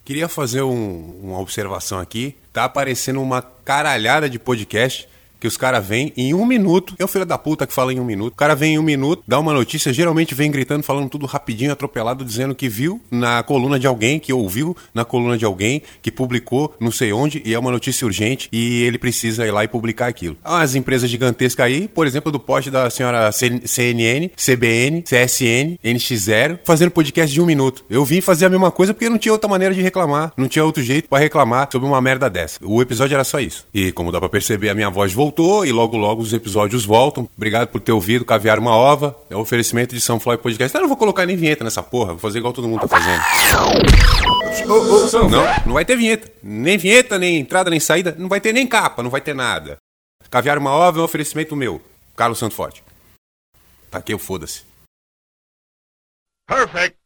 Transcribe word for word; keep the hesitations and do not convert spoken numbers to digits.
Queria fazer um, uma observação aqui. Tá aparecendo uma caralhada de podcast que os caras vêm em um minuto. É o filho da puta que fala em um minuto. O cara vem em um minuto, dá uma notícia, geralmente vem gritando, falando tudo rapidinho, atropelado, dizendo que viu na coluna de alguém, que ouviu na coluna de alguém, que publicou não sei onde, e é uma notícia urgente, e ele precisa ir lá e publicar aquilo. As empresas gigantescas aí, por exemplo, do poste da senhora C N N, C B N, C S N, N X zero, fazendo podcast de um minuto. Eu vim fazer a mesma coisa porque não tinha outra maneira de reclamar, não tinha outro jeito pra reclamar sobre uma merda dessa. O episódio era só isso. E como dá pra perceber, a minha voz voltou, e logo logo os episódios voltam. Obrigado por ter ouvido Caviar uma Ova. É o oferecimento de Sunflower Podcast. Eu não vou colocar nem vinheta nessa porra. Vou fazer igual todo mundo tá fazendo. Oh, oh, não, não vai ter vinheta. Nem vinheta, nem entrada, nem saída. Não vai ter nem capa, não vai ter nada. Caviar uma Ova é um oferecimento meu, Carlos Santo Forte. Tá aqui, eu foda-se. Perfect.